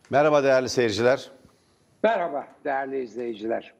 Merhaba değerli seyirciler. Merhaba değerli izleyiciler.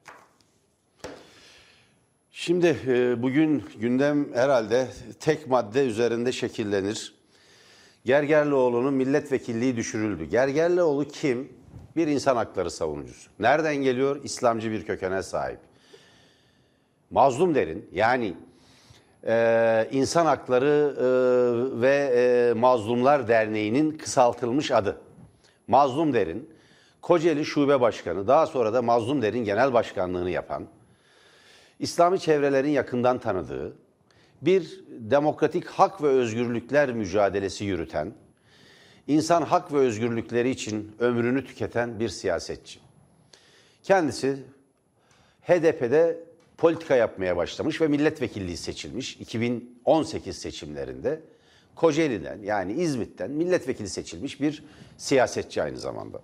Şimdi bugün gündem herhalde tek madde üzerinde şekillenir. Gergerlioğlu'nun milletvekilliği düşürüldü. Gergerlioğlu kim? Bir insan hakları savunucusu. Nereden geliyor? İslamcı bir kökene sahip. Mazlum derin, yani İnsan Hakları ve Mazlumlar Derneği'nin kısaltılmış adı. Mazlum Derin, Kocaeli Şube Başkanı, daha sonra da Mazlum Derin Genel Başkanlığını yapan, İslami çevrelerin yakından tanıdığı, bir demokratik hak ve özgürlükler mücadelesi yürüten, insan hak ve özgürlükleri için ömrünü tüketen bir siyasetçi. Kendisi HDP'de politika yapmaya başlamış ve milletvekilliği seçilmiş 2018 seçimlerinde. Kocaeli'den, yani İzmit'ten milletvekili seçilmiş bir siyasetçi aynı zamanda.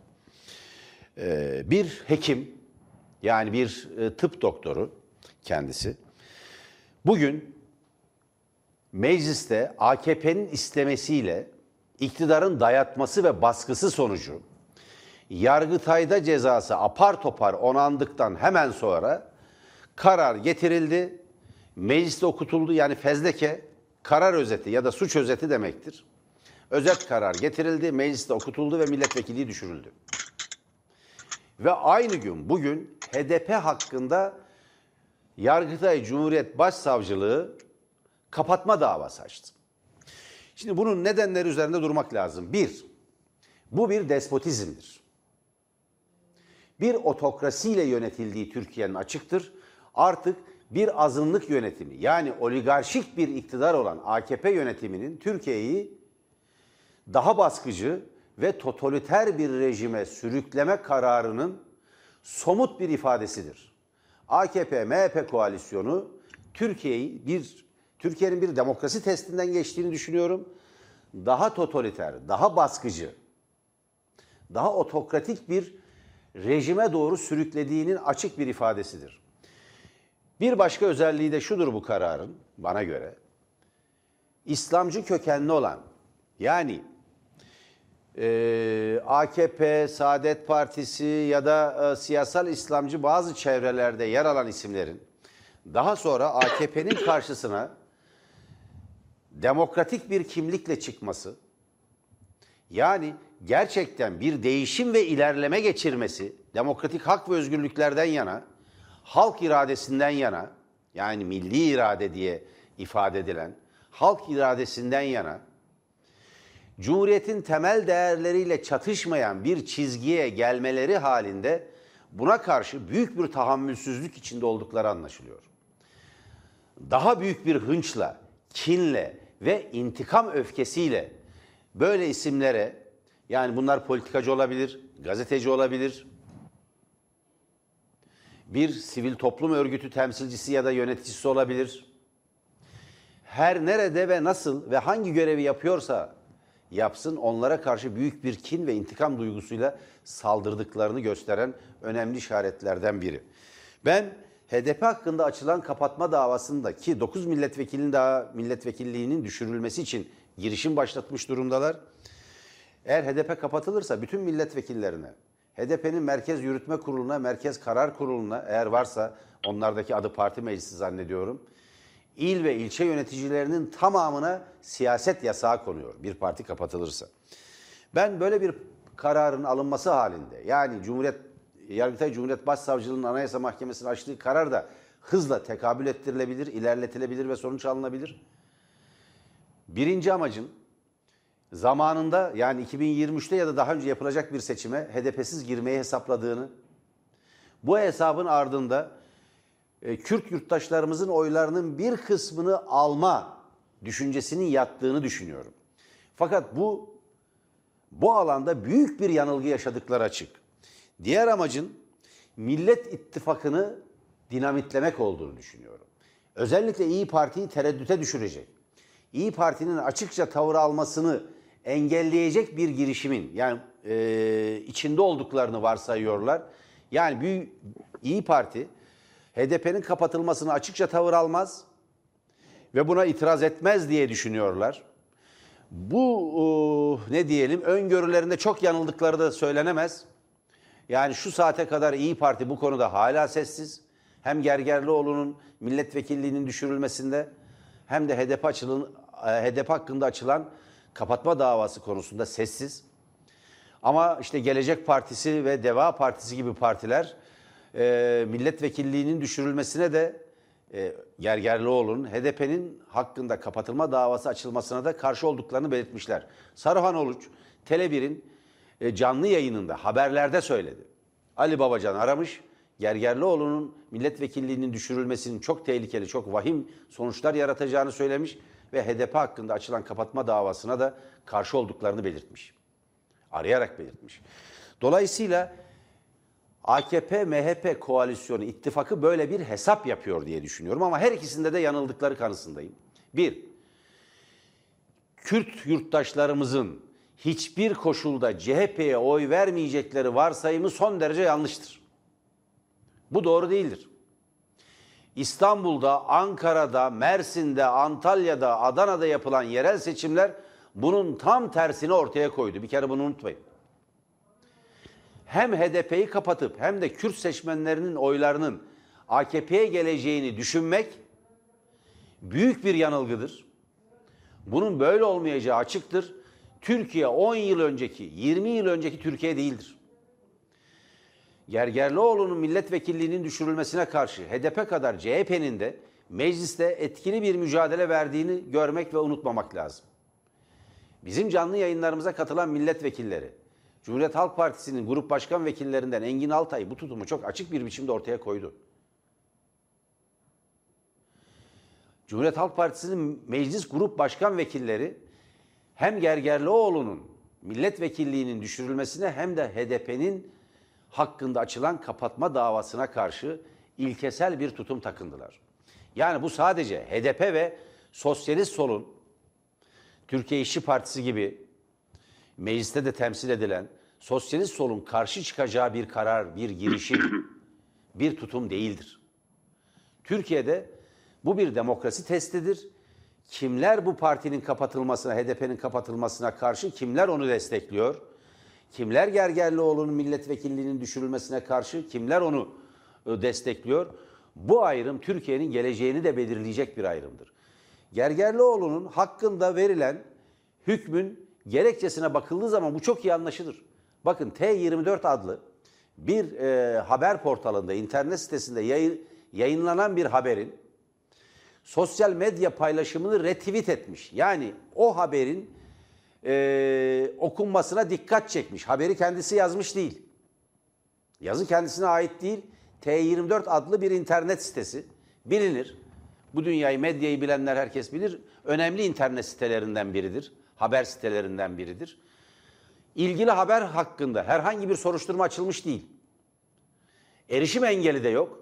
Bir hekim, yani bir tıp doktoru kendisi. Bugün mecliste AKP'nin istemesiyle, iktidarın dayatması ve baskısı sonucu Yargıtay'da cezası apar topar onandıktan hemen sonra karar getirildi, mecliste okutuldu. Yani fezleke karar özeti ya da suç özeti demektir. Özet karar getirildi, mecliste okutuldu ve milletvekilliği düşürüldü. Ve aynı gün bugün HDP hakkında Yargıtay Cumhuriyet Başsavcılığı kapatma davası açtı. Şimdi bunun nedenleri üzerinde durmak lazım. Bir, bu bir despotizmdir. Bir otokrasiyle yönetildiği Türkiye'nin açıktır. Artık bir azınlık yönetimi, yani oligarşik bir iktidar olan AKP yönetiminin Türkiye'yi daha baskıcı ve totaliter bir rejime sürükleme kararının somut bir ifadesidir. AKP-MHP koalisyonu Türkiye'nin bir demokrasi testinden geçtiğini düşünüyorum. Daha totaliter, daha baskıcı, daha otokratik bir rejime doğru sürüklediğinin açık bir ifadesidir. Bir başka özelliği de şudur bu kararın, bana göre. İslamcı kökenli olan, yani AKP, Saadet Partisi ya da siyasal İslamcı bazı çevrelerde yer alan isimlerin daha sonra AKP'nin karşısına demokratik bir kimlikle çıkması, yani gerçekten bir değişim ve ilerleme geçirmesi, demokratik hak ve özgürlüklerden yana, halk iradesinden yana, yani milli irade diye ifade edilen halk iradesinden yana, Cumhuriyetin temel değerleriyle çatışmayan bir çizgiye gelmeleri halinde buna karşı büyük bir tahammülsüzlük içinde oldukları anlaşılıyor. Daha büyük bir hınçla, kinle ve intikam öfkesiyle böyle isimlere, yani bunlar politikacı olabilir, gazeteci olabilir, bir sivil toplum örgütü temsilcisi ya da yöneticisi olabilir. Her nerede ve nasıl ve hangi görevi yapıyorsa yapsın, onlara karşı büyük bir kin ve intikam duygusuyla saldırdıklarını gösteren önemli işaretlerden biri. Ben HDP hakkında açılan kapatma davasındaki 9 milletvekilinin daha milletvekilliğinin düşürülmesi için girişim başlatmış durumdalar. Eğer HDP kapatılırsa bütün milletvekillerine, HDP'nin Merkez Yürütme Kurulu'na, Merkez Karar Kurulu'na, eğer varsa, onlardaki adı parti meclisi zannediyorum, İl ve ilçe yöneticilerinin tamamına siyaset yasağı konuyor bir parti kapatılırsa. Ben böyle bir kararın alınması halinde, yani Yargıtay Cumhuriyet Başsavcılığı'nın Anayasa Mahkemesi'nin açtığı karar da hızla tekabül ettirilebilir, ilerletilebilir ve sonuç alınabilir. Birinci amacın zamanında, yani 2023'te ya da daha önce yapılacak bir seçime HDP'siz girmeyi hesapladığını, bu hesabın ardında Kürt yurttaşlarımızın oylarının bir kısmını alma düşüncesinin yattığını düşünüyorum. Fakat bu alanda büyük bir yanılgı yaşadıkları açık. Diğer amacın Millet İttifakı'nı dinamitlemek olduğunu düşünüyorum. Özellikle İyi Parti'yi tereddüte düşürecek, İyi Parti'nin açıkça tavır almasını engelleyecek bir girişimin, yani içinde olduklarını varsayıyorlar. Yani İyi Parti HDP'nin kapatılmasına açıkça tavır almaz ve buna itiraz etmez diye düşünüyorlar. Bu ne diyelim, öngörülerinde çok yanıldıkları da söylenemez. Yani şu saate kadar İyi Parti bu konuda hala sessiz. Hem Gergerlioğlu'nun milletvekilliğinin düşürülmesinde hem de HDP hakkında açılan kapatma davası konusunda sessiz. Ama işte Gelecek Partisi ve Deva Partisi gibi partiler milletvekilliğinin düşürülmesine de Gergerlioğlu'nun HDP'nin hakkında kapatılma davası açılmasına da karşı olduklarını belirtmişler. Saruhan Oluç, Tele1'in canlı yayınında haberlerde söyledi. Ali Babacan aramış, Gergerlioğlu'nun milletvekilliğinin düşürülmesinin çok tehlikeli, çok vahim sonuçlar yaratacağını söylemiş ve HDP hakkında açılan kapatma davasına da karşı olduklarını belirtmiş. Arayarak belirtmiş. Dolayısıyla AKP-MHP koalisyonu ittifakı böyle bir hesap yapıyor diye düşünüyorum ama her ikisinde de yanıldıkları kanısındayım. Bir, Kürt yurttaşlarımızın hiçbir koşulda CHP'ye oy vermeyecekleri varsayımı son derece yanlıştır. Bu doğru değildir. İstanbul'da, Ankara'da, Mersin'de, Antalya'da, Adana'da yapılan yerel seçimler bunun tam tersini ortaya koydu. Bir kere bunu unutmayın. Hem HDP'yi kapatıp hem de Kürt seçmenlerinin oylarının AKP'ye geleceğini düşünmek büyük bir yanılgıdır. Bunun böyle olmayacağı açıktır. Türkiye 10 yıl önceki, 20 yıl önceki Türkiye değildir. Gergerlioğlu'nun milletvekilliğinin düşürülmesine karşı HDP kadar CHP'nin de mecliste etkili bir mücadele verdiğini görmek ve unutmamak lazım. Bizim canlı yayınlarımıza katılan milletvekilleri, Cumhuriyet Halk Partisi'nin grup başkan vekillerinden Engin Altay bu tutumu çok açık bir biçimde ortaya koydu. Cumhuriyet Halk Partisi'nin meclis grup başkan vekilleri hem Gergerlioğlu'nun milletvekilliğinin düşürülmesine hem de HDP'nin hakkında açılan kapatma davasına karşı ilkesel bir tutum takındılar. Yani bu sadece HDP ve Sosyalist Sol'un, Türkiye İşçi Partisi gibi mecliste de temsil edilen Sosyalist Sol'un karşı çıkacağı bir karar, bir girişim, bir tutum değildir. Türkiye'de bu bir demokrasi testidir. Kimler bu partinin kapatılmasına, HDP'nin kapatılmasına karşı, kimler onu destekliyor? Kimler Gergerlioğlu'nun milletvekilliğinin düşürülmesine karşı, kimler onu destekliyor? Bu ayrım Türkiye'nin geleceğini de belirleyecek bir ayrımdır. Gergerlioğlu'nun hakkında verilen hükmün gerekçesine bakıldığı zaman bu çok iyi anlaşılır. Bakın T24 adlı bir haber portalında, internet sitesinde yayınlanan bir haberin sosyal medya paylaşımını retweet etmiş. Yani o haberin okunmasına dikkat çekmiş. Haberi kendisi yazmış değil. Yazı kendisine ait değil. T24 adlı bir internet sitesi. Bilinir. Bu dünyayı, medyayı bilenler herkes bilir. Önemli internet sitelerinden biridir. Haber sitelerinden biridir. İlgili haber hakkında herhangi bir soruşturma açılmış değil. Erişim engeli de yok.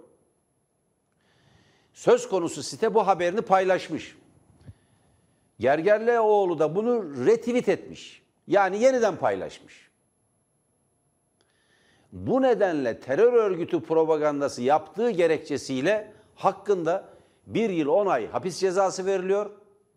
Söz konusu site bu haberini paylaşmış. Gergerlioğlu da bunu retweet etmiş. Yani yeniden paylaşmış. Bu nedenle terör örgütü propagandası yaptığı gerekçesiyle hakkında 1 yıl 10 ay hapis cezası veriliyor.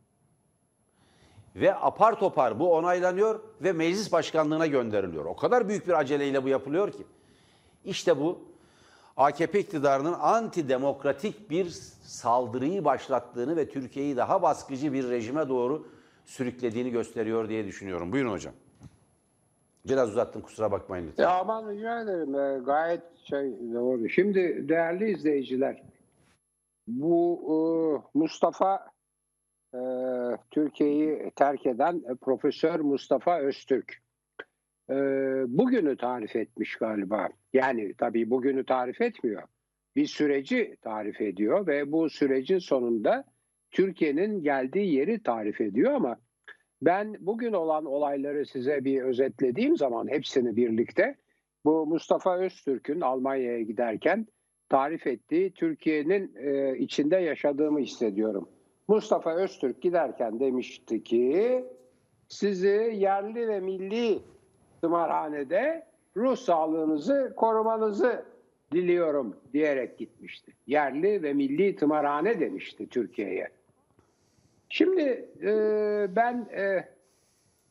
Ve apar topar bu onaylanıyor ve meclis başkanlığına gönderiliyor. O kadar büyük bir aceleyle bu yapılıyor ki. İşte bu AKP iktidarının antidemokratik bir saldırıyı başlattığını ve Türkiye'yi daha baskıcı bir rejime doğru sürüklediğini gösteriyor diye düşünüyorum. Buyurun hocam. Biraz uzattım, kusura bakmayın lütfen. Ya aman rica ederim. Gayet doğru. Şimdi değerli izleyiciler, bu Mustafa Türkiye'yi terk eden Profesör Mustafa Öztürk bugünü tarif etmiş galiba. Yani tabii bugünü tarif etmiyor. Bir süreci tarif ediyor ve bu sürecin sonunda Türkiye'nin geldiği yeri tarif ediyor ama ben bugün olan olayları size bir özetlediğim zaman hepsini birlikte bu Mustafa Öztürk'ün Almanya'ya giderken tarif ettiği Türkiye'nin içinde yaşadığımı hissediyorum. Mustafa Öztürk giderken demişti ki sizi yerli ve milli tımarhanede ruh sağlığınızı korumanızı diliyorum diyerek gitmişti. Yerli ve milli tımarhane demişti Türkiye'ye. Şimdi ben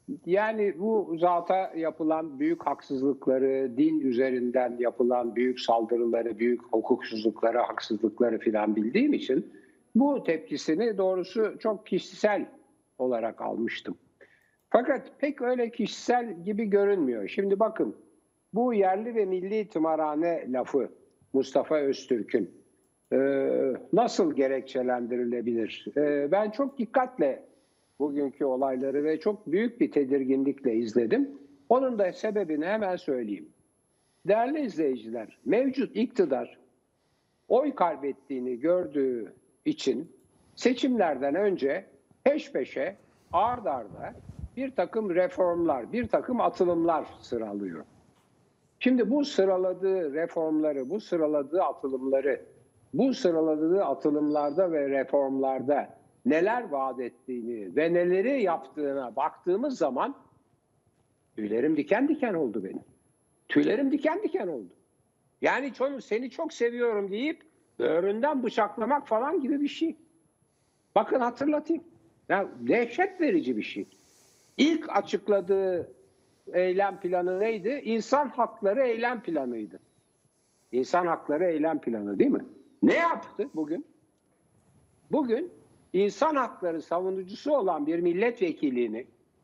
Yani bu zata yapılan büyük haksızlıkları, din üzerinden yapılan büyük saldırıları, büyük hukuksuzlukları, haksızlıkları filan bildiğim için bu tepkisini doğrusu çok kişisel olarak almıştım. Fakat pek öyle kişisel gibi görünmüyor. Şimdi bakın, bu yerli ve milli tımarhane lafı Mustafa Öztürk'ün nasıl gerekçelendirilebilir? Ben çok dikkatle bugünkü olayları ve çok büyük bir tedirginlikle izledim. Onun da sebebini hemen söyleyeyim. Değerli izleyiciler, mevcut iktidar oy kaybettiğini gördüğü için seçimlerden önce peş peşe ard arda bir takım reformlar, bir takım atılımlar sıralıyor. Şimdi bu sıraladığı reformları, bu sıraladığı atılımları, bu sıraladığı atılımlarda ve reformlarda neler vaat ettiğini ve neleri yaptığına baktığımız zaman tüylerim diken diken oldu benim. Tüylerim diken diken oldu. Yani seni çok seviyorum deyip böğründen bıçaklamak falan gibi bir şey. Bakın hatırlatayım. Ya, dehşet verici bir şey. İlk açıkladığı eylem planı neydi? İnsan hakları eylem planıydı. İnsan hakları eylem planı değil mi? Ne yaptı bugün? Bugün insan hakları savunucusu olan bir milletvekilini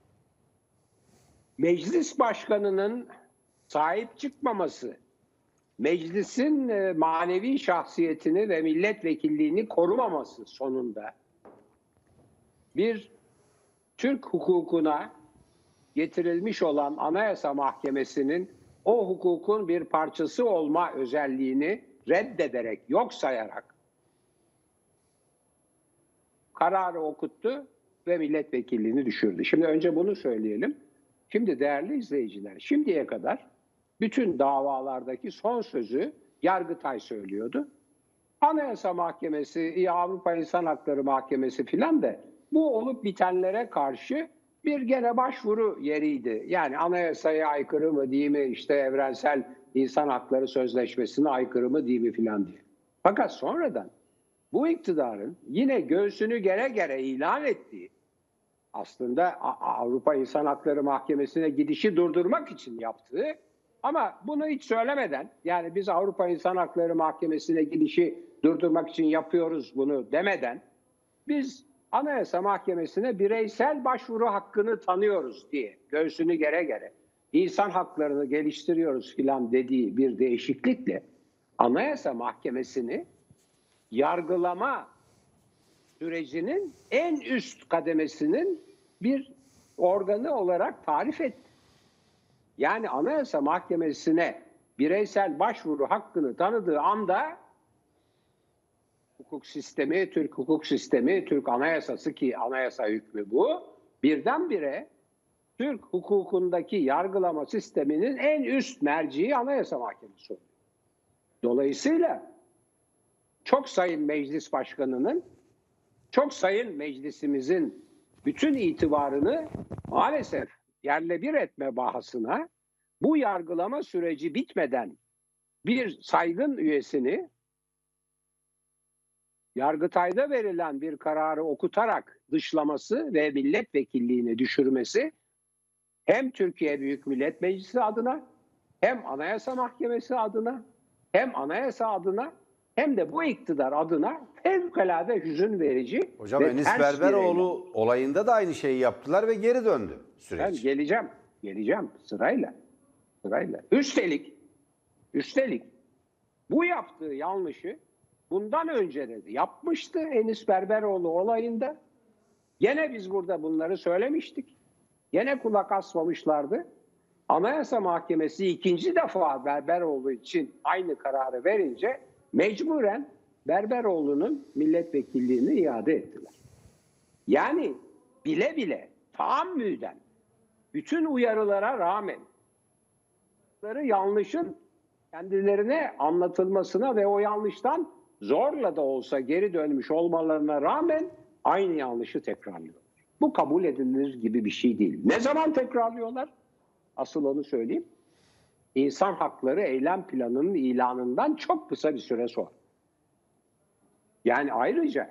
meclis başkanının sahip çıkmaması, meclisin manevi şahsiyetini ve milletvekilliğini korumaması sonunda bir Türk hukukuna getirilmiş olan Anayasa Mahkemesi'nin o hukukun bir parçası olma özelliğini reddederek, yok sayarak kararı okuttu ve milletvekilliğini düşürdü. Şimdi önce bunu söyleyelim. Şimdi değerli izleyiciler, şimdiye kadar bütün davalardaki son sözü Yargıtay söylüyordu. Anayasa Mahkemesi, Avrupa İnsan Hakları Mahkemesi filan da bu olup bitenlere karşı bir gene başvuru yeriydi. Yani anayasaya aykırı mı değil mi, işte Evrensel İnsan Hakları Sözleşmesi'ne aykırı mı değil mi filan diye. Fakat sonradan bu iktidarın yine göğsünü gere gere ilan ettiği, aslında Avrupa İnsan Hakları Mahkemesi'ne gidişi durdurmak için yaptığı, ama bunu hiç söylemeden, yani biz Avrupa İnsan Hakları Mahkemesi'ne gidişi durdurmak için yapıyoruz bunu demeden, biz Anayasa Mahkemesi'ne bireysel başvuru hakkını tanıyoruz diye göğsünü gere gere insan haklarını geliştiriyoruz filan dediği bir değişiklikle Anayasa Mahkemesi'ni yargılama sürecinin en üst kademesinin bir organı olarak tarif etti. Yani Anayasa Mahkemesi'ne bireysel başvuru hakkını tanıdığı anda hukuk sistemi, Türk hukuk sistemi, Türk Anayasası, ki anayasa hükmü bu, birdenbire Türk hukukundaki yargılama sisteminin en üst merciği Anayasa Mahkemesi oluyor. Dolayısıyla çok sayın meclis başkanının, çok sayın meclisimizin bütün itibarını maalesef yerle bir etme bahasına bu yargılama süreci bitmeden bir saygın üyesini Yargıtay'da verilen bir kararı okutarak dışlaması ve milletvekilliğini düşürmesi hem Türkiye Büyük Millet Meclisi adına, hem Anayasa Mahkemesi adına, hem anayasa adına, hem de bu iktidar adına fevkalade hüzün verici. Hocam ve Enis ters bir Berberoğlu eylem. olayında da aynı şeyi yaptılar ve geri döndü Ben süreç. geleceğim sırayla. Üstelik bu yaptığı yanlışı bundan önce de yapmıştı Enis Berberoğlu olayında. Gene biz burada bunları söylemiştik. Gene kulak asmamışlardı. Anayasa Mahkemesi ikinci defa Berberoğlu için aynı kararı verince mecburen Berberoğlu'nun milletvekilliğini iade ettiler. Yani bile bile taammüden bütün uyarılara rağmen yanlışın kendilerine anlatılmasına ve o yanlıştan zorla da olsa geri dönmüş olmalarına rağmen aynı yanlışı tekrarlıyorlar. Bu kabul edilir gibi bir şey değil. Ne zaman tekrarlıyorlar? Asıl onu söyleyeyim. İnsan Hakları Eylem Planı'nın ilanından çok kısa bir süre sonra. Yani ayrıca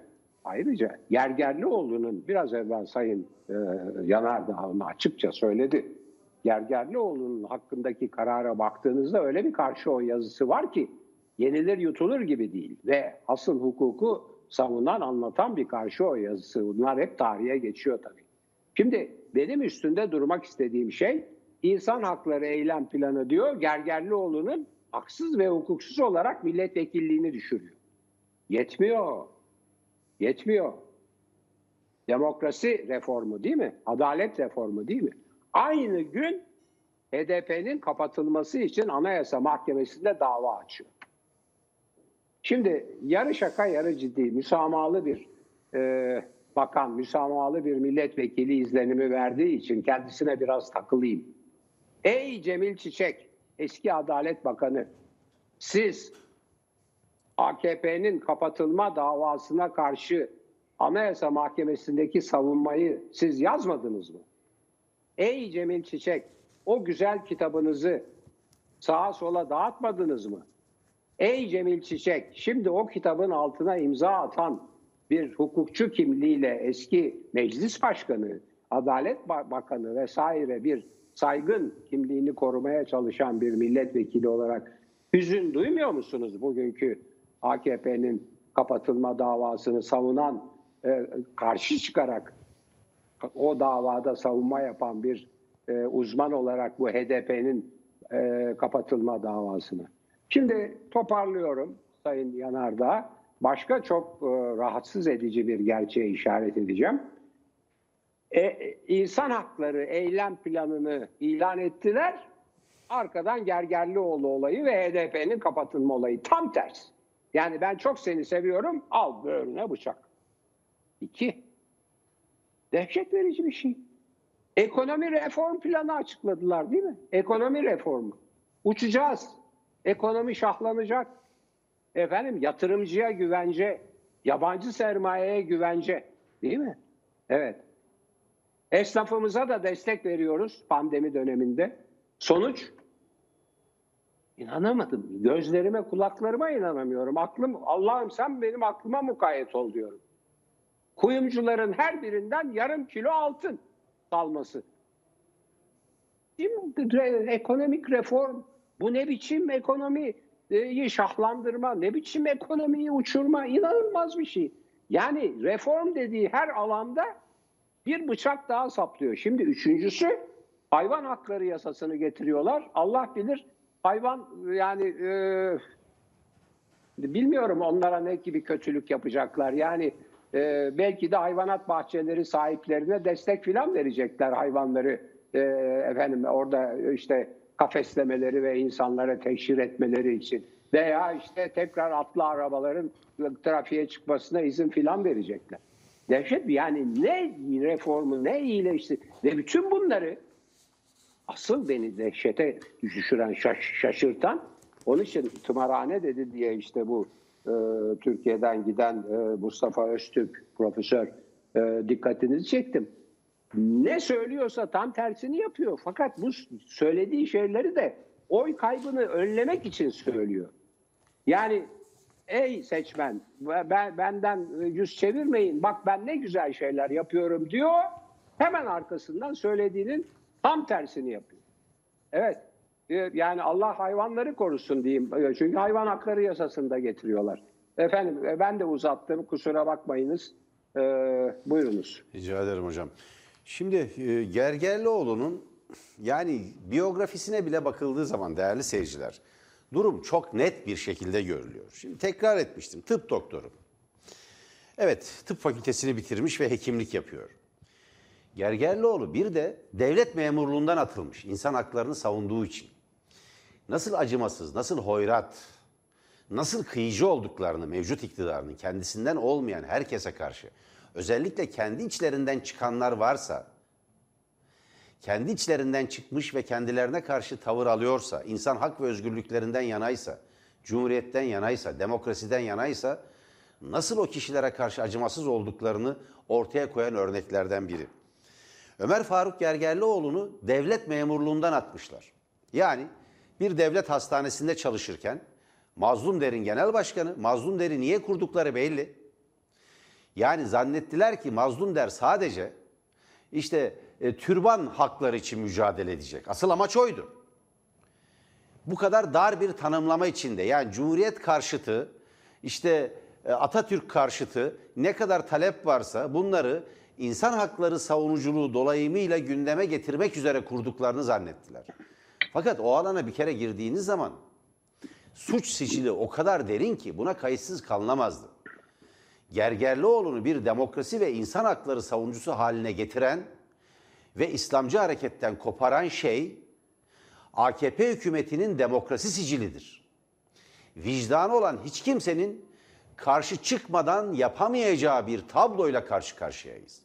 Ayrıca Gergerlioğlu'nun biraz evvel Sayın Yanardağ onu açıkça söyledi. Gergerlioğlu'nun hakkındaki karara baktığınızda öyle bir karşı oy yazısı var ki yenilir yutulur gibi değil. Ve asıl hukuku savunan, anlatan bir karşı oy yazısı. Bunlar hep tarihe geçiyor tabii. Şimdi benim üstünde durmak istediğim şey insan hakları eylem planı diyor. Gergerlioğlu'nun haksız ve hukuksuz olarak milletvekilliğini düşürüyor. Yetmiyor. Yetmiyor. Demokrasi reformu değil mi? Adalet reformu değil mi? Aynı gün HDP'nin kapatılması için Anayasa Mahkemesi'nde dava açıyor. Şimdi yarı şaka yarı ciddi, müsamahalı bir bakan, müsamahalı bir milletvekili izlenimi verdiği için kendisine biraz takılayım. Ey Cemil Çiçek, eski Adalet Bakanı, siz AKP'nin kapatılma davasına karşı Anayasa Mahkemesi'ndeki savunmayı siz yazmadınız mı? Ey Cemil Çiçek, o güzel kitabınızı sağa sola dağıtmadınız mı? Ey Cemil Çiçek, şimdi o kitabın altına imza atan bir hukukçu kimliğiyle eski meclis başkanı, Adalet Bakanı vesaire bir saygın kimliğini korumaya çalışan bir milletvekili olarak hüzün duymuyor musunuz bugünkü AKP'nin kapatılma davasını savunan, karşı çıkarak o davada savunma yapan bir uzman olarak bu HDP'nin kapatılma davasını? Şimdi toparlıyorum Sayın Yanardağ. Başka çok rahatsız edici bir gerçeğe işaret edeceğim. İnsan hakları eylem planını ilan ettiler. Arkadan Gergerlioğlu olayı ve HDP'nin kapatılma olayı. Tam tersi. Yani ben çok seni seviyorum, al böğrüne bıçak. 2. Dehşet verici bir şey. Ekonomi reform planı açıkladılar değil mi? Ekonomi reformu. Uçacağız. Ekonomi şahlanacak. Efendim yatırımcıya güvence, yabancı sermayeye güvence değil mi? Evet. Esnafımıza da destek veriyoruz pandemi döneminde. Sonuç? İnanamadım. Gözlerime, kulaklarıma inanamıyorum. Allah'ım sen benim aklıma mukayyet ol diyorum. Kuyumcuların her birinden yarım kilo altın salması. Değil mi? Ekonomik reform. Bu ne biçim ekonomiyi şahlandırma, ne biçim ekonomiyi uçurma, inanılmaz bir şey. Yani reform dediği her alanda bir bıçak daha saplıyor. Şimdi üçüncüsü hayvan hakları yasasını getiriyorlar. Allah bilir hayvan yani bilmiyorum onlara ne gibi kötülük yapacaklar. Yani belki de hayvanat bahçeleri sahiplerine destek filan verecekler hayvanları efendim orada işte kafeslemeleri ve insanlara teşhir etmeleri için. Veya işte tekrar atlı arabaların trafiğe çıkmasına izin filan verecekler. Dehşet yani ne reformu ne iyileşti ve bütün bunları asıl beni dehşete düşüren şaşırtan onun için tımarhane dedi diye işte bu Türkiye'den giden Mustafa Öztürk profesör dikkatinizi çektim. Ne söylüyorsa tam tersini yapıyor. Fakat bu söylediği şeyleri de oy kaybını önlemek için söylüyor. Yani ey seçmen benden yüz çevirmeyin bak ben ne güzel şeyler yapıyorum diyor. Hemen arkasından söylediğinin tam tersini yapıyor. Evet yani Allah hayvanları korusun diyeyim. Çünkü hayvan hakları yasasında getiriyorlar. Efendim ben de uzattım kusura bakmayınız. Buyurunuz. Rica ederim hocam. Şimdi Gergerlioğlu'nun yani biyografisine bile bakıldığı zaman değerli seyirciler durum çok net bir şekilde görülüyor. Şimdi tekrar etmiştim tıp doktoru. Evet tıp fakültesini bitirmiş ve hekimlik yapıyor. Gergerlioğlu bir de devlet memurluğundan atılmış insan haklarını savunduğu için. Nasıl acımasız, nasıl hoyrat, nasıl kıyıcı olduklarını mevcut iktidarının kendisinden olmayan herkese karşı özellikle kendi içlerinden çıkanlar varsa, kendi içlerinden çıkmış ve kendilerine karşı tavır alıyorsa, insan hak ve özgürlüklerinden yanaysa, cumhuriyetten yanaysa, demokrasiden yanaysa nasıl o kişilere karşı acımasız olduklarını ortaya koyan örneklerden biri. Ömer Faruk Gergerlioğlu'nu devlet memurluğundan atmışlar. Yani bir devlet hastanesinde çalışırken Mazlum Der'in genel başkanı, Mazlum Der'i niye kurdukları belli. Yani zannettiler ki Mazlum Der sadece işte türban hakları için mücadele edecek. Asıl amaç oydu. Bu kadar dar bir tanımlama içinde, yani Cumhuriyet karşıtı, işte Atatürk karşıtı ne kadar talep varsa bunları insan hakları savunuculuğu dolayımıyla gündeme getirmek üzere kurduklarını zannettiler. Fakat o alana bir kere girdiğiniz zaman suç sicili o kadar derin ki buna kayıtsız kalınamazdı. Gergerlioğlu'nu bir demokrasi ve insan hakları savunucusu haline getiren ve İslamcı hareketten koparan şey AKP hükümetinin demokrasi sicilidir. Vicdanı olan hiç kimsenin karşı çıkmadan yapamayacağı bir tabloyla karşı karşıyayız.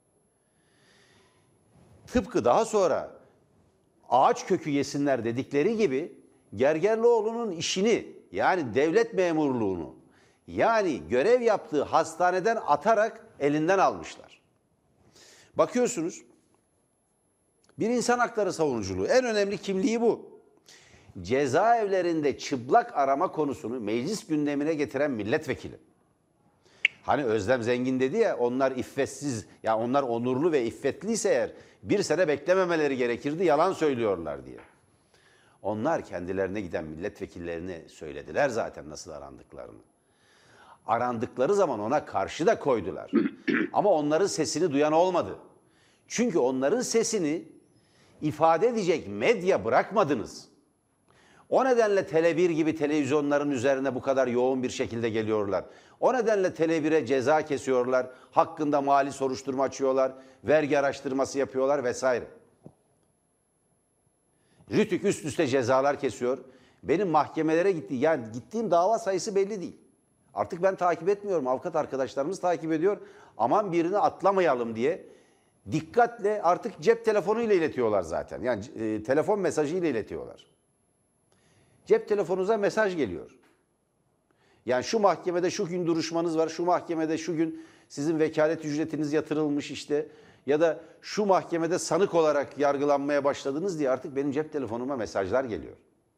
Tıpkı daha sonra ağaç kökü yesinler dedikleri gibi Gergerlioğlu'nun işini, yani devlet memurluğunu, yani görev yaptığı hastaneden atarak elinden almışlar. Bakıyorsunuz, bir insan hakları savunuculuğu, en önemli kimliği bu. Cezaevlerinde çıplak arama konusunu meclis gündemine getiren milletvekili. Hani Özlem Zengin dedi ya, onlar iffetsiz, ya onlar onurlu ve iffetliyse eğer bir sene beklememeleri gerekirdi, yalan söylüyorlar diye. Onlar kendilerine giden milletvekillerine söylediler zaten nasıl arandıklarını. Arandıkları zaman ona karşı da koydular. Ama onların sesini duyan olmadı. Çünkü onların sesini ifade edecek medya bırakmadınız. O nedenle Tele1 gibi televizyonların üzerine bu kadar yoğun bir şekilde geliyorlar. O nedenle Tele1'e ceza kesiyorlar, hakkında mali soruşturma açıyorlar, vergi araştırması yapıyorlar vesaire. Rütük üst üste cezalar kesiyor. Benim mahkemelere gittiğim dava sayısı belli değil. Artık ben takip etmiyorum. Avukat arkadaşlarımız takip ediyor. Aman birini atlamayalım diye dikkatle artık cep telefonuyla iletiyorlar zaten. Yani telefon mesajıyla iletiyorlar. Cep telefonunuza mesaj geliyor. Yani şu mahkemede şu gün duruşmanız var, şu mahkemede şu gün sizin vekalet ücretiniz yatırılmış işte, ya da şu mahkemede sanık olarak yargılanmaya başladınız diye artık benim cep telefonuma mesajlar geliyor.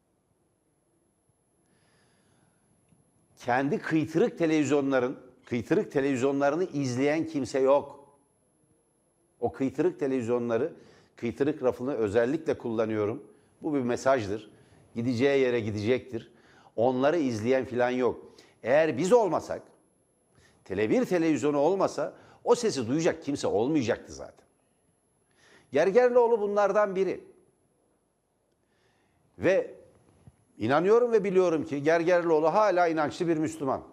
Kendi kıytırık televizyonlarını izleyen kimse yok. O kıytırık televizyonları, kıytırık rafını özellikle kullanıyorum. Bu bir mesajdır. Gideceği yere gidecektir. Onları izleyen falan yok. Eğer biz olmasak, Tele1 televizyonu olmasa o sesi duyacak kimse olmayacaktı zaten. Gergerlioğlu bunlardan biri. Ve inanıyorum ve biliyorum ki Gergerlioğlu hala inançlı bir Müslüman.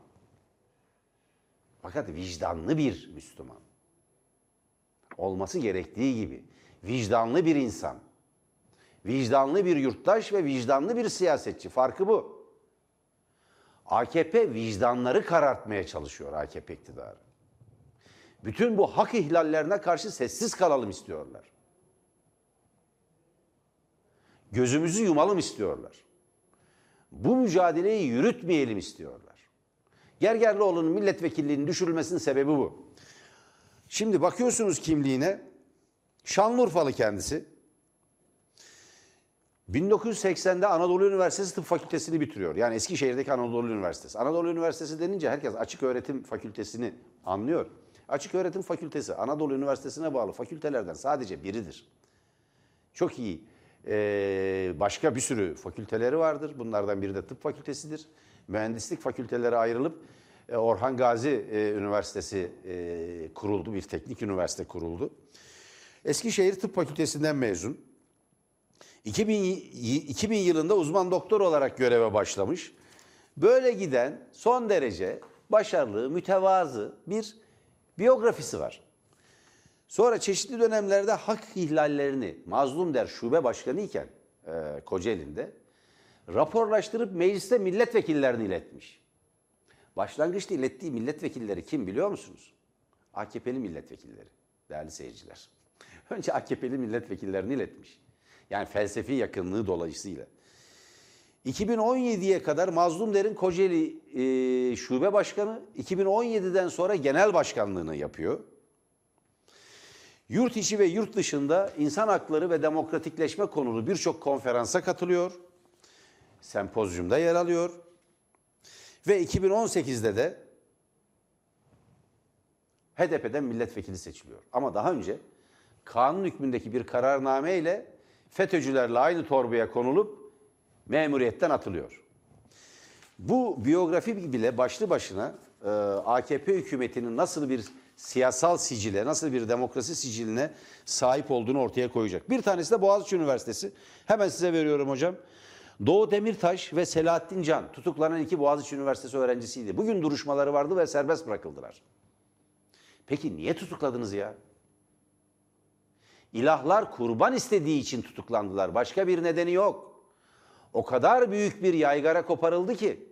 Fakat vicdanlı bir Müslüman. Olması gerektiği gibi vicdanlı bir insan. Vicdanlı bir yurttaş ve vicdanlı bir siyasetçi. Farkı bu. AKP vicdanları karartmaya çalışıyor, AKP iktidarı. Bütün bu hak ihlallerine karşı sessiz kalalım istiyorlar. Gözümüzü yumalım istiyorlar. Bu mücadeleyi yürütmeyelim istiyorlar. Gergerlioğlu'nun milletvekilliğinin düşürülmesinin sebebi bu. Şimdi bakıyorsunuz kimliğine, Şanlıurfalı kendisi. 1980'de Anadolu Üniversitesi Tıp Fakültesini bitiriyor. Yani Eskişehir'deki Anadolu Üniversitesi. Anadolu Üniversitesi denince herkes Açık Öğretim Fakültesini anlıyor. Açık Öğretim Fakültesi Anadolu Üniversitesi'ne bağlı fakültelerden sadece biridir. Çok iyi. Başka bir sürü fakülteleri vardır. Bunlardan biri de tıp fakültesidir. Mühendislik fakülteleri ayrılıp Orhan Gazi Üniversitesi kuruldu. Bir teknik üniversite kuruldu. Eskişehir Tıp Fakültesinden mezun. 2000 yılında uzman doktor olarak göreve başlamış. Böyle giden son derece başarılı, mütevazı bir biyografisi var. Sonra çeşitli dönemlerde hak ihlallerini Mazlum Der şube başkanı iken Kocaeli'nde raporlaştırıp mecliste milletvekillerine iletmiş. Başlangıçta ilettiği milletvekilleri kim biliyor musunuz? AKP'li milletvekilleri, değerli seyirciler. Önce AKP'li milletvekillerini iletmiş. Yani felsefi yakınlığı dolayısıyla. 2017'ye kadar Mazlum Der'in Kocaeli şube başkanı, 2017'den sonra genel başkanlığını yapıyor. Yurt içi ve yurt dışında insan hakları ve demokratikleşme konulu birçok konferansa katılıyor. Sempozyumda yer alıyor. Ve 2018'de de HDP'den milletvekili seçiliyor. Ama daha önce kanun hükmündeki bir kararname ile FETÖ'cülerle aynı torbaya konulup memuriyetten atılıyor. Bu biyografi bile başlı başına AKP hükümetinin nasıl bir siyasal sicile, nasıl bir demokrasi siciline sahip olduğunu ortaya koyacak. Bir tanesi de Boğaziçi Üniversitesi. Hemen size veriyorum hocam. Doğu Demirtaş ve Selahattin Can tutuklanan iki Boğaziçi Üniversitesi öğrencisiydi. Bugün duruşmaları vardı ve serbest bırakıldılar. Peki niye tutukladınız ya? İlahlar kurban istediği için tutuklandılar. Başka bir nedeni yok. O kadar büyük bir yaygara koparıldı ki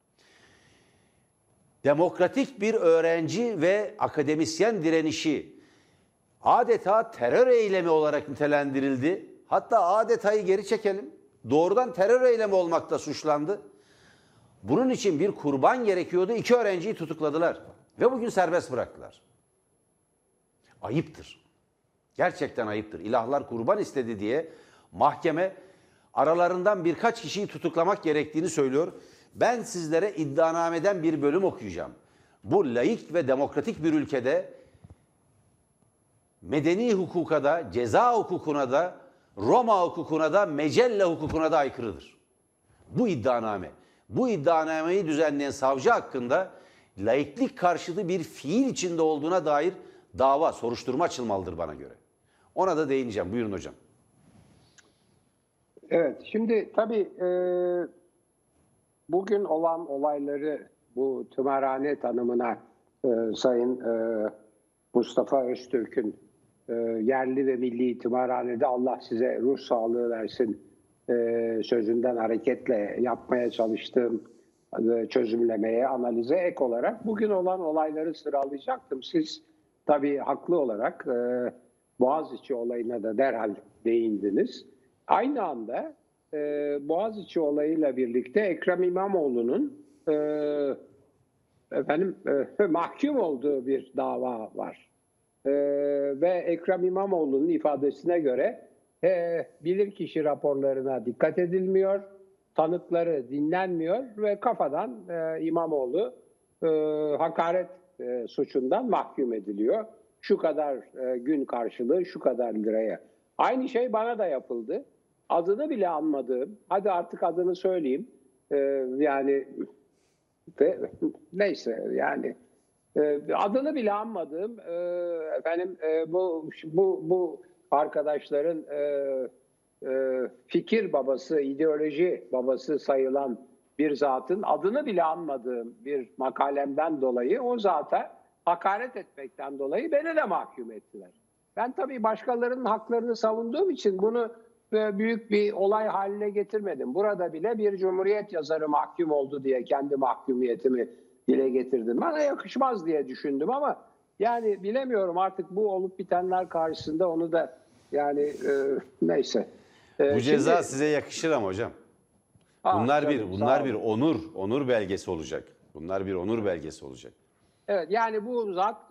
demokratik bir öğrenci ve akademisyen direnişi adeta terör eylemi olarak nitelendirildi. Hatta adetayı geri çekelim. Doğrudan terör eylemi olmakta suçlandı. Bunun için bir kurban gerekiyordu. İki öğrenciyi tutukladılar ve bugün serbest bıraktılar. Ayıptır. Gerçekten ayıptır. İlahlar kurban istedi diye mahkeme aralarından birkaç kişiyi tutuklamak gerektiğini söylüyor. Ben sizlere iddianameden bir bölüm okuyacağım. Bu laik ve demokratik bir ülkede medeni hukuka da, ceza hukukuna da, Roma hukukuna da, Mecelle hukukuna da aykırıdır. Bu iddianame. Bu iddianameyi düzenleyen savcı hakkında laiklik karşıtı bir fiil içinde olduğuna dair dava, soruşturma açılmalıdır bana göre. Ona da değineceğim. Buyurun hocam. Evet, şimdi tabii bugün olan olayları bu tımarhane tanımına Sayın Mustafa Öztürk'ün yerli ve milli tımarhanede Allah size ruh sağlığı versin sözünden hareketle yapmaya çalıştığım çözümlemeye, analize ek olarak bugün olan olayları sıralayacaktım. Siz tabii haklı olarak Boğaziçi olayına da derhal değindiniz. Aynı anda Boğaziçi olayıyla birlikte Ekrem İmamoğlu'nun mahkum olduğu bir dava var. Ve Ekrem İmamoğlu'nun ifadesine göre bilirkişi raporlarına dikkat edilmiyor, tanıkları dinlenmiyor ve kafadan İmamoğlu hakaret suçundan mahkum ediliyor. Şu kadar gün karşılığı şu kadar liraya. Aynı şey bana da yapıldı. Adını bile anmadığım, hadi artık adını söyleyeyim. Yani neyse yani adını bile anmadığım bu arkadaşların fikir babası, ideoloji babası sayılan bir zatın adını bile anmadığım bir makalemden dolayı o zata hakaret etmekten dolayı beni de mahkum ettiler. Ben tabii başkalarının haklarını savunduğum için bunu büyük bir olay haline getirmedim. Burada bile bir Cumhuriyet yazarı mahkum oldu diye kendi mahkumiyetimi dile getirdim. Bana yakışmaz diye düşündüm ama yani bilemiyorum artık bu olup bitenler karşısında onu da yani neyse. Bu ceza size yakışır ama hocam. Bunlar bir onur belgesi olacak. Bunlar bir onur belgesi olacak. Evet yani bu zat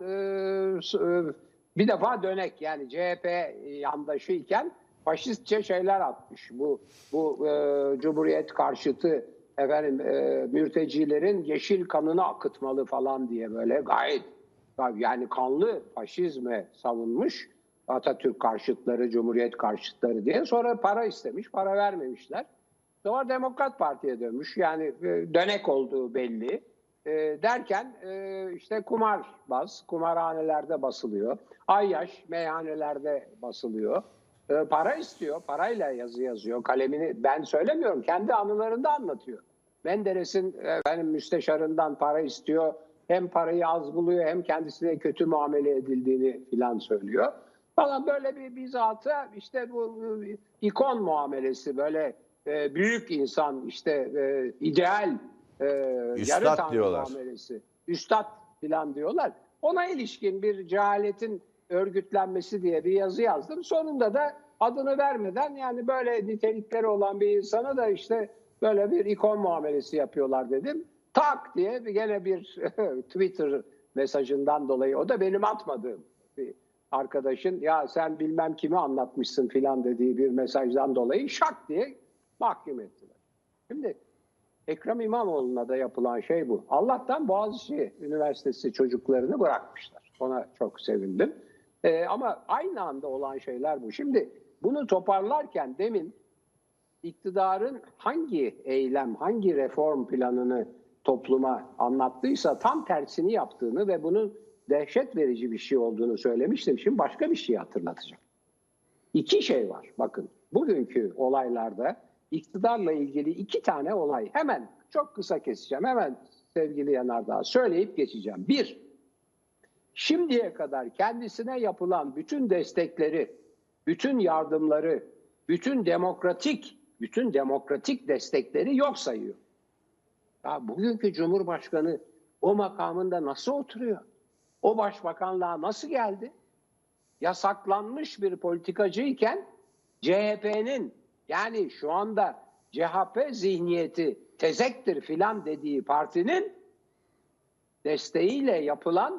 bir defa dönek yani CHP yandaşıyken faşistçe şeyler atmış. Bu Cumhuriyet karşıtı mültecilerin yeşil kanını akıtmalı falan diye böyle gayet yani kanlı faşizme savunmuş. Atatürk karşıtları, Cumhuriyet karşıtları diye. Sonra para istemiş, para vermemişler. Sonra Demokrat Parti'ye dönmüş. Yani dönek olduğu belli. Derken işte kumarbaz, kumarhanelerde basılıyor. Ayyaş meyhanelerde basılıyor. Para istiyor, parayla yazı yazıyor. Kalemini ben söylemiyorum, kendi anılarında anlatıyor. Menderes'in müsteşarından para istiyor. Hem parayı az buluyor hem kendisine kötü muamele edildiğini filan söylüyor. Falan böyle bir zata işte bu ikon muamelesi böyle büyük insan işte ideal yarı tanrı diyorlar. muamelesi. Üstad filan diyorlar. Ona ilişkin bir cehaletin örgütlenmesi diye bir yazı yazdım. Sonunda da adını vermeden yani böyle nitelikleri olan bir insana da işte böyle bir ikon muamelesi yapıyorlar dedim. Tak diye gene bir Twitter mesajından dolayı o da benim atmadığım bir arkadaşın ya sen bilmem kimi anlatmışsın filan dediği bir mesajdan dolayı şak diye mahkum ettiler. Şimdi Ekrem İmamoğlu'na da yapılan şey bu. Allah'tan Boğaziçi Üniversitesi çocuklarını bırakmışlar. Ona çok sevindim. Ama aynı anda olan şeyler bu. Şimdi bunu toparlarken demin iktidarın hangi eylem, hangi reform planını topluma anlattıysa tam tersini yaptığını ve bunun dehşet verici bir şey olduğunu söylemiştim. Şimdi başka bir şey hatırlatacağım. İki şey var. Bakın bugünkü olaylarda iktidarla ilgili iki tane olay. Hemen çok kısa keseceğim. Hemen sevgili Yanardağ söyleyip geçeceğim. Bir, şimdiye kadar kendisine yapılan bütün destekleri, bütün yardımları, bütün demokratik destekleri yok sayıyor. Ya bugünkü Cumhurbaşkanı o makamında nasıl oturuyor? O başbakanlığa nasıl geldi? Yasaklanmış bir politikacıyken CHP'nin yani şu anda CHP zihniyeti tezektir filan dediği partinin desteğiyle yapılan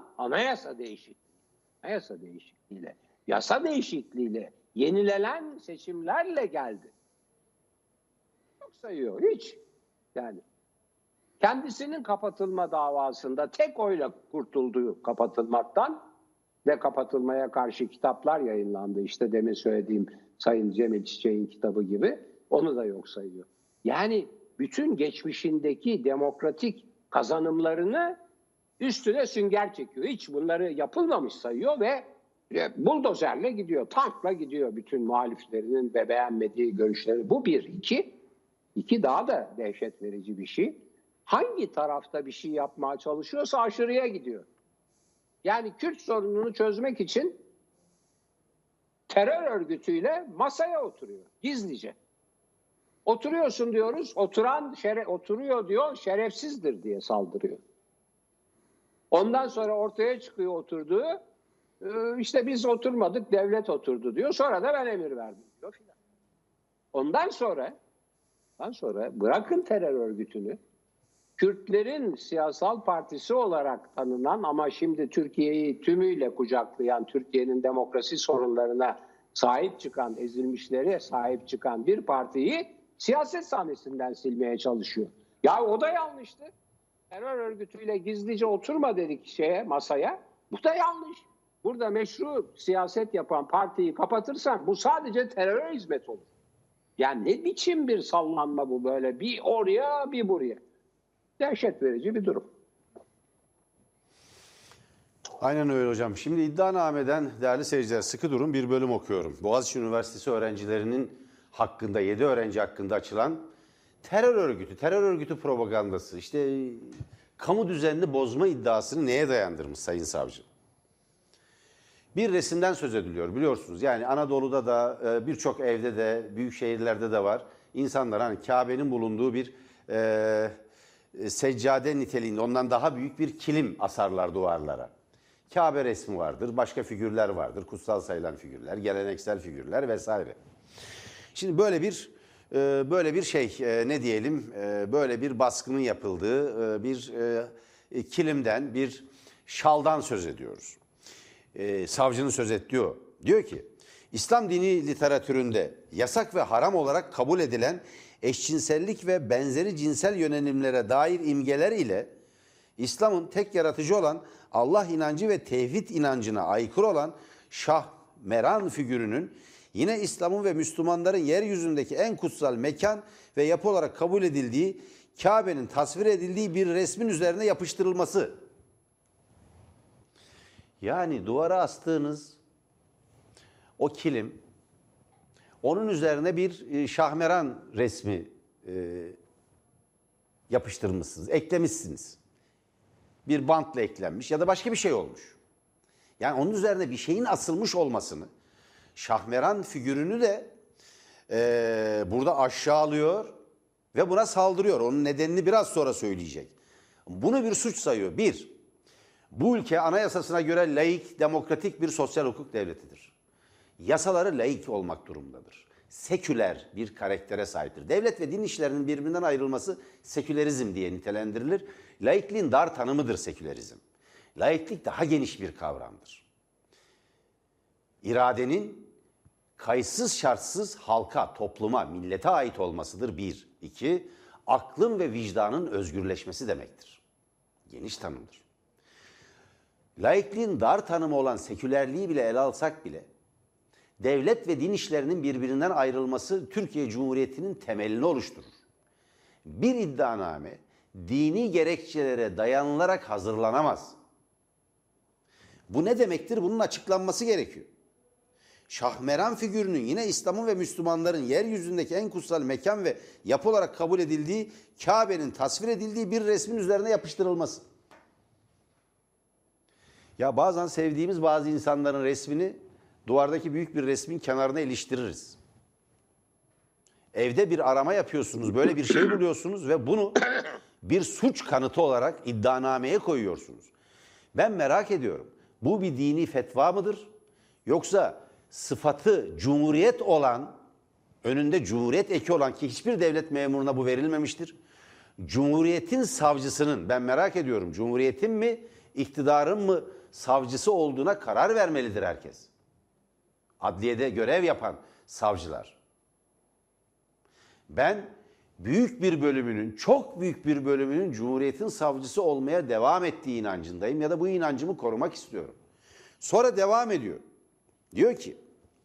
yasa değişikliğiyle yenilenen seçimlerle geldi. Çok sayıyor hiç. Yani kendisinin kapatılma davasında tek oyla kurtulduğu kapatılmaktan ve kapatılmaya karşı kitaplar yayınlandı. İşte demin söylediğim Sayın Cemil Çiçek'in kitabı gibi. Onu da yok sayıyor. Yani bütün geçmişindeki demokratik kazanımlarını üstüne sünger çekiyor. Hiç bunları yapılmamış sayıyor ve buldozerle gidiyor, tankla gidiyor bütün muhaliflerinin ve beğenmediği görüşleri. Bu bir. İki daha da dehşet verici bir şey. Hangi tarafta bir şey yapmaya çalışıyorsa aşırıya gidiyor. Yani Kürt sorununu çözmek için terör örgütüyle masaya oturuyor gizlice. Oturuyorsun diyoruz, oturuyor diyor, şerefsizdir diye saldırıyor. Ondan sonra ortaya çıkıyor oturduğu, işte biz oturmadık, devlet oturdu diyor. Sonra da ben emir verdim diyor filan. Ondan sonra bırakın terör örgütünü, Kürtlerin siyasal partisi olarak tanınan ama şimdi Türkiye'yi tümüyle kucaklayan, Türkiye'nin demokrasi sorunlarına sahip çıkan, ezilmişlere sahip çıkan bir partiyi siyaset sahnesinden silmeye çalışıyor. Ya o da yanlıştı. Terör örgütüyle gizlice oturma dedik masaya. Bu da yanlış. Burada meşru siyaset yapan partiyi kapatırsan bu sadece teröre hizmet olur. Yani ne biçim bir sallanma bu böyle? Bir oraya bir buraya. Dehşet verici bir durum. Aynen öyle hocam. Şimdi iddianameden değerli seyirciler sıkı durun bir bölüm okuyorum. Boğaziçi Üniversitesi öğrencilerinin hakkında 7 öğrenci hakkında açılan terör örgütü propagandası işte kamu düzenini bozma iddiasını neye dayandırmış Sayın Savcı? Bir resimden söz ediliyor biliyorsunuz. Yani Anadolu'da da birçok evde de büyük şehirlerde de var. İnsanlar hani Kabe'nin bulunduğu bir seccade niteliğinde ondan daha büyük bir kilim asarlar duvarlara. Kabe resmi vardır, başka figürler vardır, kutsal sayılan figürler, geleneksel figürler vesaire. Şimdi böyle bir şey ne diyelim böyle bir baskının yapıldığı bir kilimden bir şaldan söz ediyoruz. Savcının söz ettiği o. Diyor ki İslam dini literatüründe yasak ve haram olarak kabul edilen eşcinsellik ve benzeri cinsel yönelimlere dair imgeler ile İslam'ın tek yaratıcı olan Allah inancı ve tevhid inancına aykırı olan Şahmeran figürünün yine İslam'ın ve Müslümanların yeryüzündeki en kutsal mekan ve yapı olarak kabul edildiği Kabe'nin tasvir edildiği bir resmin üzerine yapıştırılması. Yani duvara astığınız o kilim, onun üzerine bir Şahmeran resmi yapıştırmışsınız, eklemişsiniz. Bir bantla eklenmiş ya da başka bir şey olmuş. Yani onun üzerine bir şeyin asılmış olmasını, Şahmeran figürünü de burada aşağılıyor ve buna saldırıyor. Onun nedenini biraz sonra söyleyecek. Bunu bir suç sayıyor. Bir, bu ülke anayasasına göre laik, demokratik bir sosyal hukuk devletidir. Yasaları laik olmak durumundadır. Seküler bir karaktere sahiptir. Devlet ve din işlerinin birbirinden ayrılması sekülerizm diye nitelendirilir. Laikliğin dar tanımıdır sekülerizm. Laiklik daha geniş bir kavramdır. İradenin kayıtsız şartsız halka, topluma, millete ait olmasıdır bir. İki, aklın ve vicdanın özgürleşmesi demektir. Geniş tanımdır. laikliğin dar tanımı olan sekülerliği bile ele alsak bile, devlet ve din işlerinin birbirinden ayrılması Türkiye Cumhuriyeti'nin temelini oluşturur. Bir iddianame dini gerekçelere dayanılarak hazırlanamaz. Bu ne demektir? Bunun açıklanması gerekiyor. Şahmeran figürünün yine İslam'ın ve Müslümanların yeryüzündeki en kutsal mekan ve yapı olarak kabul edildiği Kabe'nin tasvir edildiği bir resmin üzerine yapıştırılması. Ya bazen sevdiğimiz bazı insanların resmini duvardaki büyük bir resmin kenarına iliştiririz. Evde bir arama yapıyorsunuz, böyle bir şey buluyorsunuz ve bunu bir suç kanıtı olarak iddianameye koyuyorsunuz. Ben merak ediyorum. Bu bir dini fetva mıdır? Yoksa sıfatı cumhuriyet olan, önünde cumhuriyet eki olan, ki hiçbir devlet memuruna bu verilmemiştir. Cumhuriyetin savcısının, ben merak ediyorum, cumhuriyetin mi, iktidarın mı savcısı olduğuna karar vermelidir herkes. Adliyede görev yapan savcılar. Ben büyük bir bölümünün, çok büyük bir bölümünün Cumhuriyet'in savcısı olmaya devam ettiği inancındayım ya da bu inancımı korumak istiyorum. Sonra devam ediyor. Diyor ki,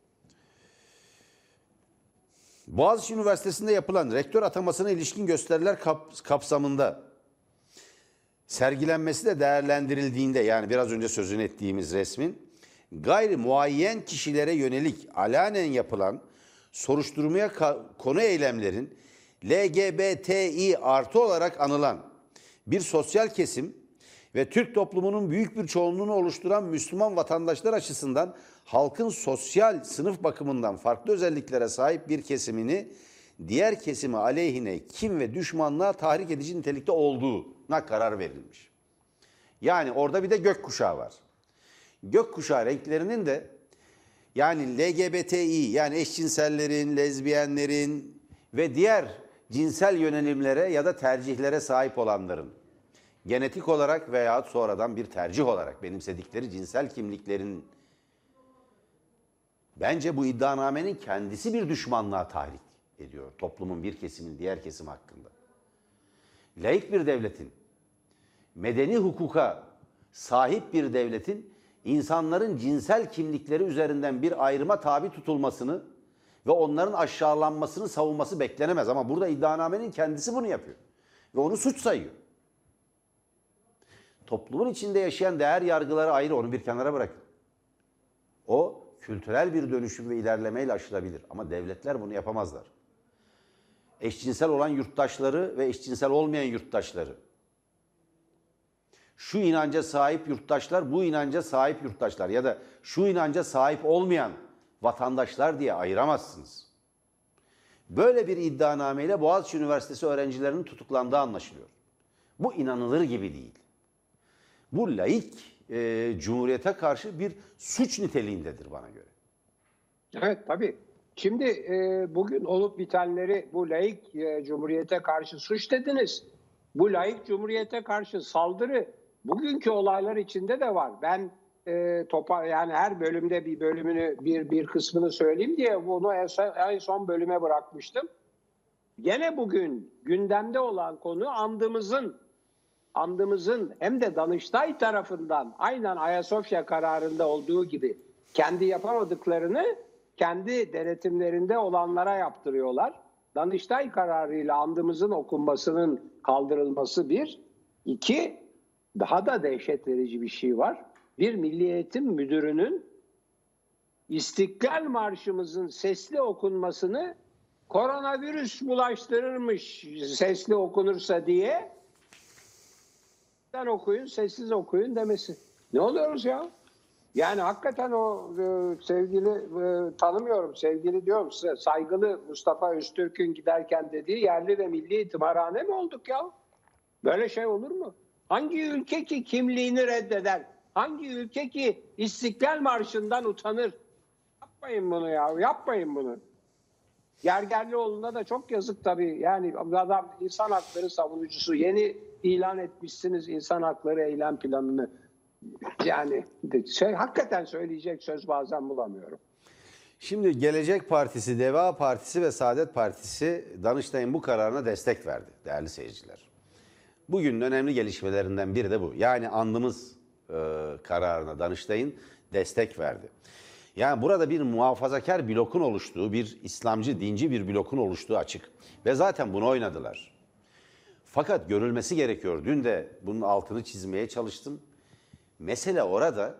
Boğaziçi Üniversitesi'nde yapılan rektör atamasına ilişkin gösteriler kapsamında sergilenmesi de değerlendirildiğinde, yani biraz önce sözünü ettiğimiz resmin, gayri muayyen kişilere yönelik alanen yapılan soruşturmaya konu eylemlerin LGBTİ artı olarak anılan bir sosyal kesim ve Türk toplumunun büyük bir çoğunluğunu oluşturan Müslüman vatandaşlar açısından halkın sosyal sınıf bakımından farklı özelliklere sahip bir kesimini diğer kesimi aleyhine kin ve düşmanlığa tahrik edici nitelikte olduğuna karar verilmiş. Yani orada bir de gökkuşağı var. Gökkuşağı renklerinin de, yani LGBTİ, yani eşcinsellerin, lezbiyenlerin ve diğer cinsel yönelimlere ya da tercihlere sahip olanların genetik olarak veya sonradan bir tercih olarak benimsedikleri cinsel kimliklerin, bence bu iddianamenin kendisi bir düşmanlığa tahrik ediyor toplumun bir kesimin diğer kesim hakkında. Laik bir devletin, medeni hukuka sahip bir devletin insanların cinsel kimlikleri üzerinden bir ayrıma tabi tutulmasını ve onların aşağılanmasını savunması beklenemez. Ama burada iddianamenin kendisi bunu yapıyor ve onu suç sayıyor. Toplumun içinde yaşayan değer yargıları ayrı, onu bir kenara bırakın. O kültürel bir dönüşüm ve ilerlemeyle aşılabilir ama devletler bunu yapamazlar. Eşcinsel olan yurttaşları ve eşcinsel olmayan yurttaşları, şu inanca sahip yurttaşlar, bu inanca sahip yurttaşlar ya da şu inanca sahip olmayan vatandaşlar diye ayıramazsınız. Böyle bir iddianameyle Boğaziçi Üniversitesi öğrencilerinin tutuklandığı anlaşılıyor. Bu inanılır gibi değil. Bu laik cumhuriyete karşı bir suç niteliğindedir bana göre. Evet, tabii. Şimdi bugün olup bitenleri, bu laik cumhuriyete karşı suç dediniz. Bu laik cumhuriyete karşı saldırı bugünkü olaylar içinde de var. Ben yani her bölümde bir bölümünü, bir kısmını söyleyeyim diye bunu en son bölüme bırakmıştım. Gene bugün gündemde olan konu andımızın hem de Danıştay tarafından aynen Ayasofya kararında olduğu gibi kendi yapamadıklarını kendi denetimlerinde olanlara yaptırıyorlar. Danıştay kararıyla andımızın okunmasının kaldırılması bir. İki, daha da dehşet verici bir şey var. Bir Milli Eğitim Müdürü'nün İstiklal Marşımızın sesli okunmasını koronavirüs bulaştırırmış sesli okunursa diye sen okuyun, sessiz okuyun demesi. Ne oluyoruz ya? Yani hakikaten o sevgili, tanımıyorum, sevgili diyorum size, saygılı Mustafa Öztürk'ün giderken dediği yerli ve milli itimarhane mi olduk ya? Böyle şey olur mu? Hangi ülke ki kimliğini reddeder? Hangi ülke ki İstiklal Marşı'ndan utanır? Yapmayın bunu ya, yapmayın bunu. Gergerlioğlu'na da çok yazık tabii. Yani adam insan hakları savunucusu. Yeni ilan etmişsiniz insan hakları eylem planını. Yani hakikaten söyleyecek söz bazen bulamıyorum. Şimdi Gelecek Partisi, Deva Partisi ve Saadet Partisi Danıştay'ın bu kararına destek verdi değerli seyirciler. Bugünün önemli gelişmelerinden biri de bu. Yani andımız kararına Danıştay'ın destek verdi. Yani burada bir muhafazakar blokun oluştuğu, bir İslamcı, dinci bir blokun oluştuğu açık. Ve zaten bunu oynadılar. Fakat görülmesi gerekiyor. Dün de bunun altını çizmeye çalıştım. Mesele orada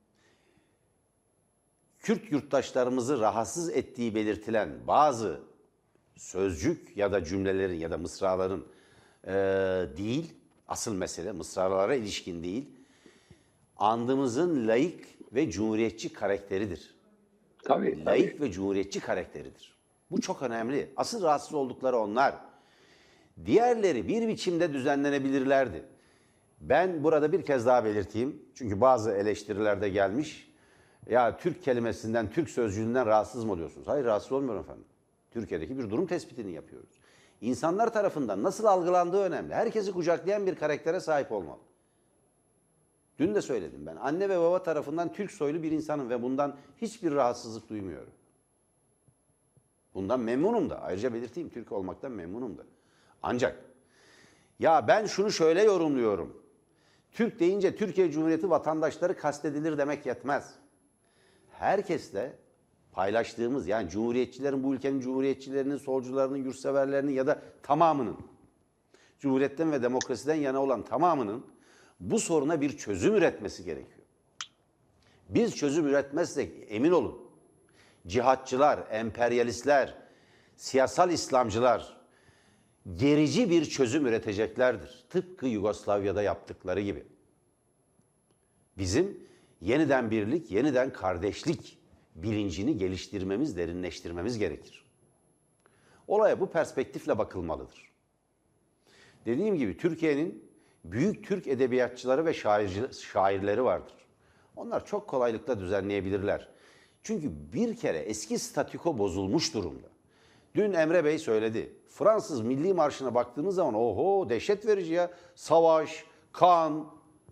Kürt yurttaşlarımızı rahatsız ettiği belirtilen bazı sözcük ya da cümlelerin ya da mısraların değil, asıl mesele mısralara ilişkin değil, andımızın laik ve cumhuriyetçi karakteridir. Tabii. Laik ve cumhuriyetçi karakteridir. Bu çok önemli. Asıl rahatsız oldukları onlar. Diğerleri bir biçimde düzenlenebilirlerdi. Ben burada bir kez daha belirteyim. Çünkü bazı eleştirilerde gelmiş. Ya Türk kelimesinden, Türk sözcüğünden rahatsız mı oluyorsunuz? Hayır, rahatsız olmuyorum efendim. Türkiye'deki bir durum tespitini yapıyoruz. İnsanlar tarafından nasıl algılandığı önemli. Herkesi kucaklayan bir karaktere sahip olmalı. Dün de söyledim ben. Anne ve baba tarafından Türk soylu bir insanım ve bundan hiçbir rahatsızlık duymuyorum. Bundan memnunum da. Ayrıca belirteyim, Türk olmaktan memnunum da. Ancak ya ben şunu şöyle yorumluyorum. Türk deyince Türkiye Cumhuriyeti vatandaşları kastedilir demek yetmez. Herkesle paylaştığımız, yani cumhuriyetçilerin, bu ülkenin cumhuriyetçilerinin, solcularının, yurtseverlerinin ya da tamamının, cumhuriyetten ve demokrasiden yana olan tamamının bu soruna bir çözüm üretmesi gerekiyor. Biz çözüm üretmezsek emin olun, cihatçılar, emperyalistler, siyasal İslamcılar gerici bir çözüm üreteceklerdir. Tıpkı Yugoslavya'da yaptıkları gibi. Bizim yeniden birlik, yeniden kardeşlik bilincini geliştirmemiz, derinleştirmemiz gerekir. Olaya bu perspektifle bakılmalıdır. Dediğim gibi Türkiye'nin büyük Türk edebiyatçıları ve şairleri vardır. Onlar çok kolaylıkla düzenleyebilirler. Çünkü bir kere eski statüko bozulmuş durumda. Dün Emre Bey söyledi. Fransız Milli Marşı'na baktığınız zaman oho dehşet verici ya. Savaş, kan.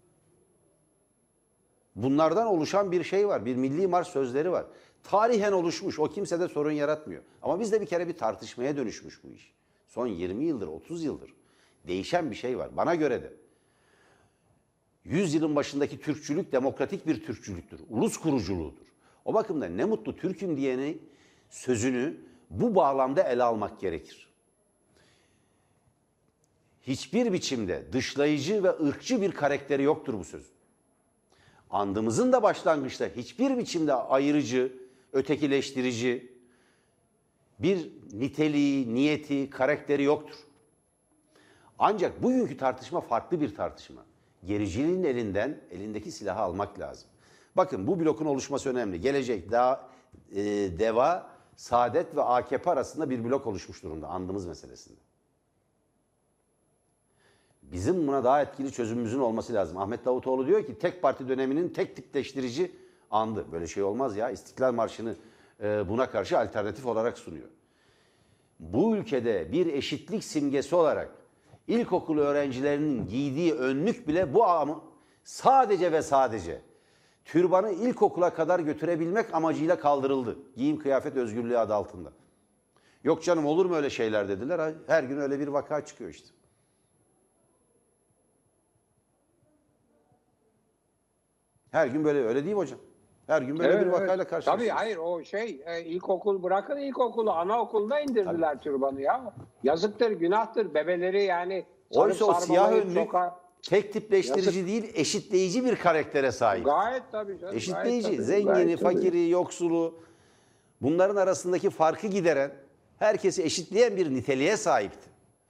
Bunlardan oluşan bir şey var. Bir milli marş sözleri var. Tarihen oluşmuş. O kimsede sorun yaratmıyor. Ama bizde bir kere bir tartışmaya dönüşmüş bu iş. Son 20 yıldır, 30 yıldır değişen bir şey var. Bana göre de. 100 yılın başındaki Türkçülük demokratik bir Türkçülüktür. Ulus kuruculuğudur. O bakımdan ne mutlu Türk'üm diyeni sözünü bu bağlamda ele almak gerekir. Hiçbir biçimde dışlayıcı ve ırkçı bir karakteri yoktur bu sözün. Andımızın da başlangıçta hiçbir biçimde ayrıcı, ötekileştirici bir niteliği, niyeti, karakteri yoktur. Ancak bugünkü tartışma farklı bir tartışma. Gericiliğin elindeki silahı almak lazım. Bakın bu blokun oluşması önemli. Gelecek DEVA, Saadet ve AKP arasında bir blok oluşmuş durumda andımız meselesinde. Bizim buna daha etkili çözümümüzün olması lazım. Ahmet Davutoğlu diyor ki tek parti döneminin tek tipleştirici andı. Böyle şey olmaz ya. İstiklal Marşı'nı buna karşı alternatif olarak sunuyor. Bu ülkede bir eşitlik simgesi olarak ilkokul öğrencilerinin giydiği önlük bile bu sadece ve sadece türbanı ilkokula kadar götürebilmek amacıyla kaldırıldı. Giyim kıyafet özgürlüğü adı altında. Yok canım olur mu öyle şeyler dediler. Her gün öyle bir vaka çıkıyor işte. Her gün böyle öyle değil mi hocam? Her gün böyle bir vakayla karşılaşıyoruz. Tabii hayır o ilkokul bırakın ilkokulu anaokulda indirdiler türbanı ya. Yazıktır günahtır bebeleri yani. Oysa o siyah önlük tek tipleştirici değil eşitleyici bir karaktere sahip. Gayet tabii canım. Eşitleyici, gayet tabii, zengini, gayet fakiri, tabii. yoksulu bunların arasındaki farkı gideren, herkesi eşitleyen bir niteliğe sahipti.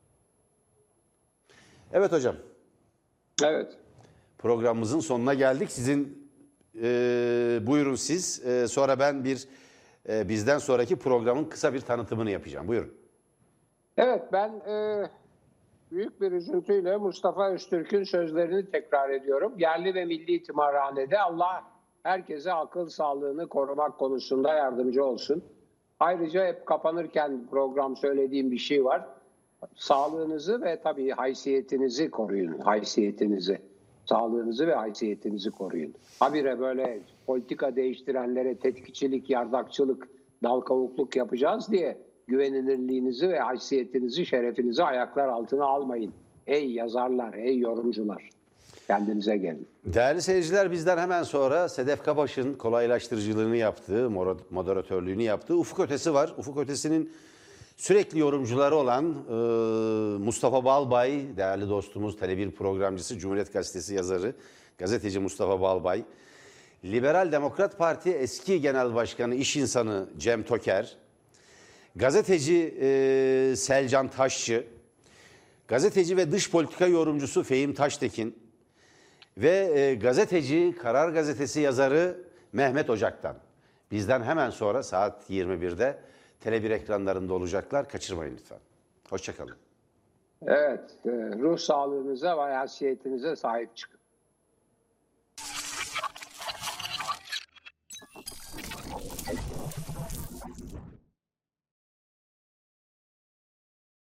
Evet hocam. Evet. Programımızın sonuna geldik. Sizin buyurun siz. Sonra ben bizden sonraki programın kısa bir tanıtımını yapacağım. Buyurun. Evet ben büyük bir üzüntüyle Mustafa Öztürk'ün sözlerini tekrar ediyorum. Yerli ve milli tımarhanede Allah herkese akıl sağlığını korumak konusunda yardımcı olsun. Ayrıca hep kapanırken program söylediğim bir şey var. Sağlığınızı ve tabii haysiyetinizi koruyun. Haysiyetinizi. Sağlığınızı ve haysiyetinizi koruyun. Habire böyle politika değiştirenlere tetkikçilik, yardakçılık, dal kavukluk yapacağız diye güvenilirliğinizi ve haysiyetinizi, şerefinizi ayaklar altına almayın. Ey yazarlar, ey yorumcular. Kendinize gelin. Değerli seyirciler, bizden hemen sonra Sedef Kabaş'ın kolaylaştırıcılığını yaptığı, moderatörlüğünü yaptığı Ufuk Ötesi var. Ufuk Ötesi'nin sürekli yorumcuları olan Mustafa Balbay, değerli dostumuz, Tele1 programcısı, Cumhuriyet Gazetesi yazarı, gazeteci Mustafa Balbay, Liberal Demokrat Parti eski genel başkanı, iş insanı Cem Toker, gazeteci Selcan Taşçı, gazeteci ve dış politika yorumcusu Fehim Taştekin ve gazeteci, Karar Gazetesi yazarı Mehmet Ocak'tan. Bizden hemen sonra saat 21'de Tele1 ekranlarında olacaklar. Kaçırmayın lütfen. Hoşça kalın. Evet, ruh sağlığınıza ve haysiyetinize sahip çıkın.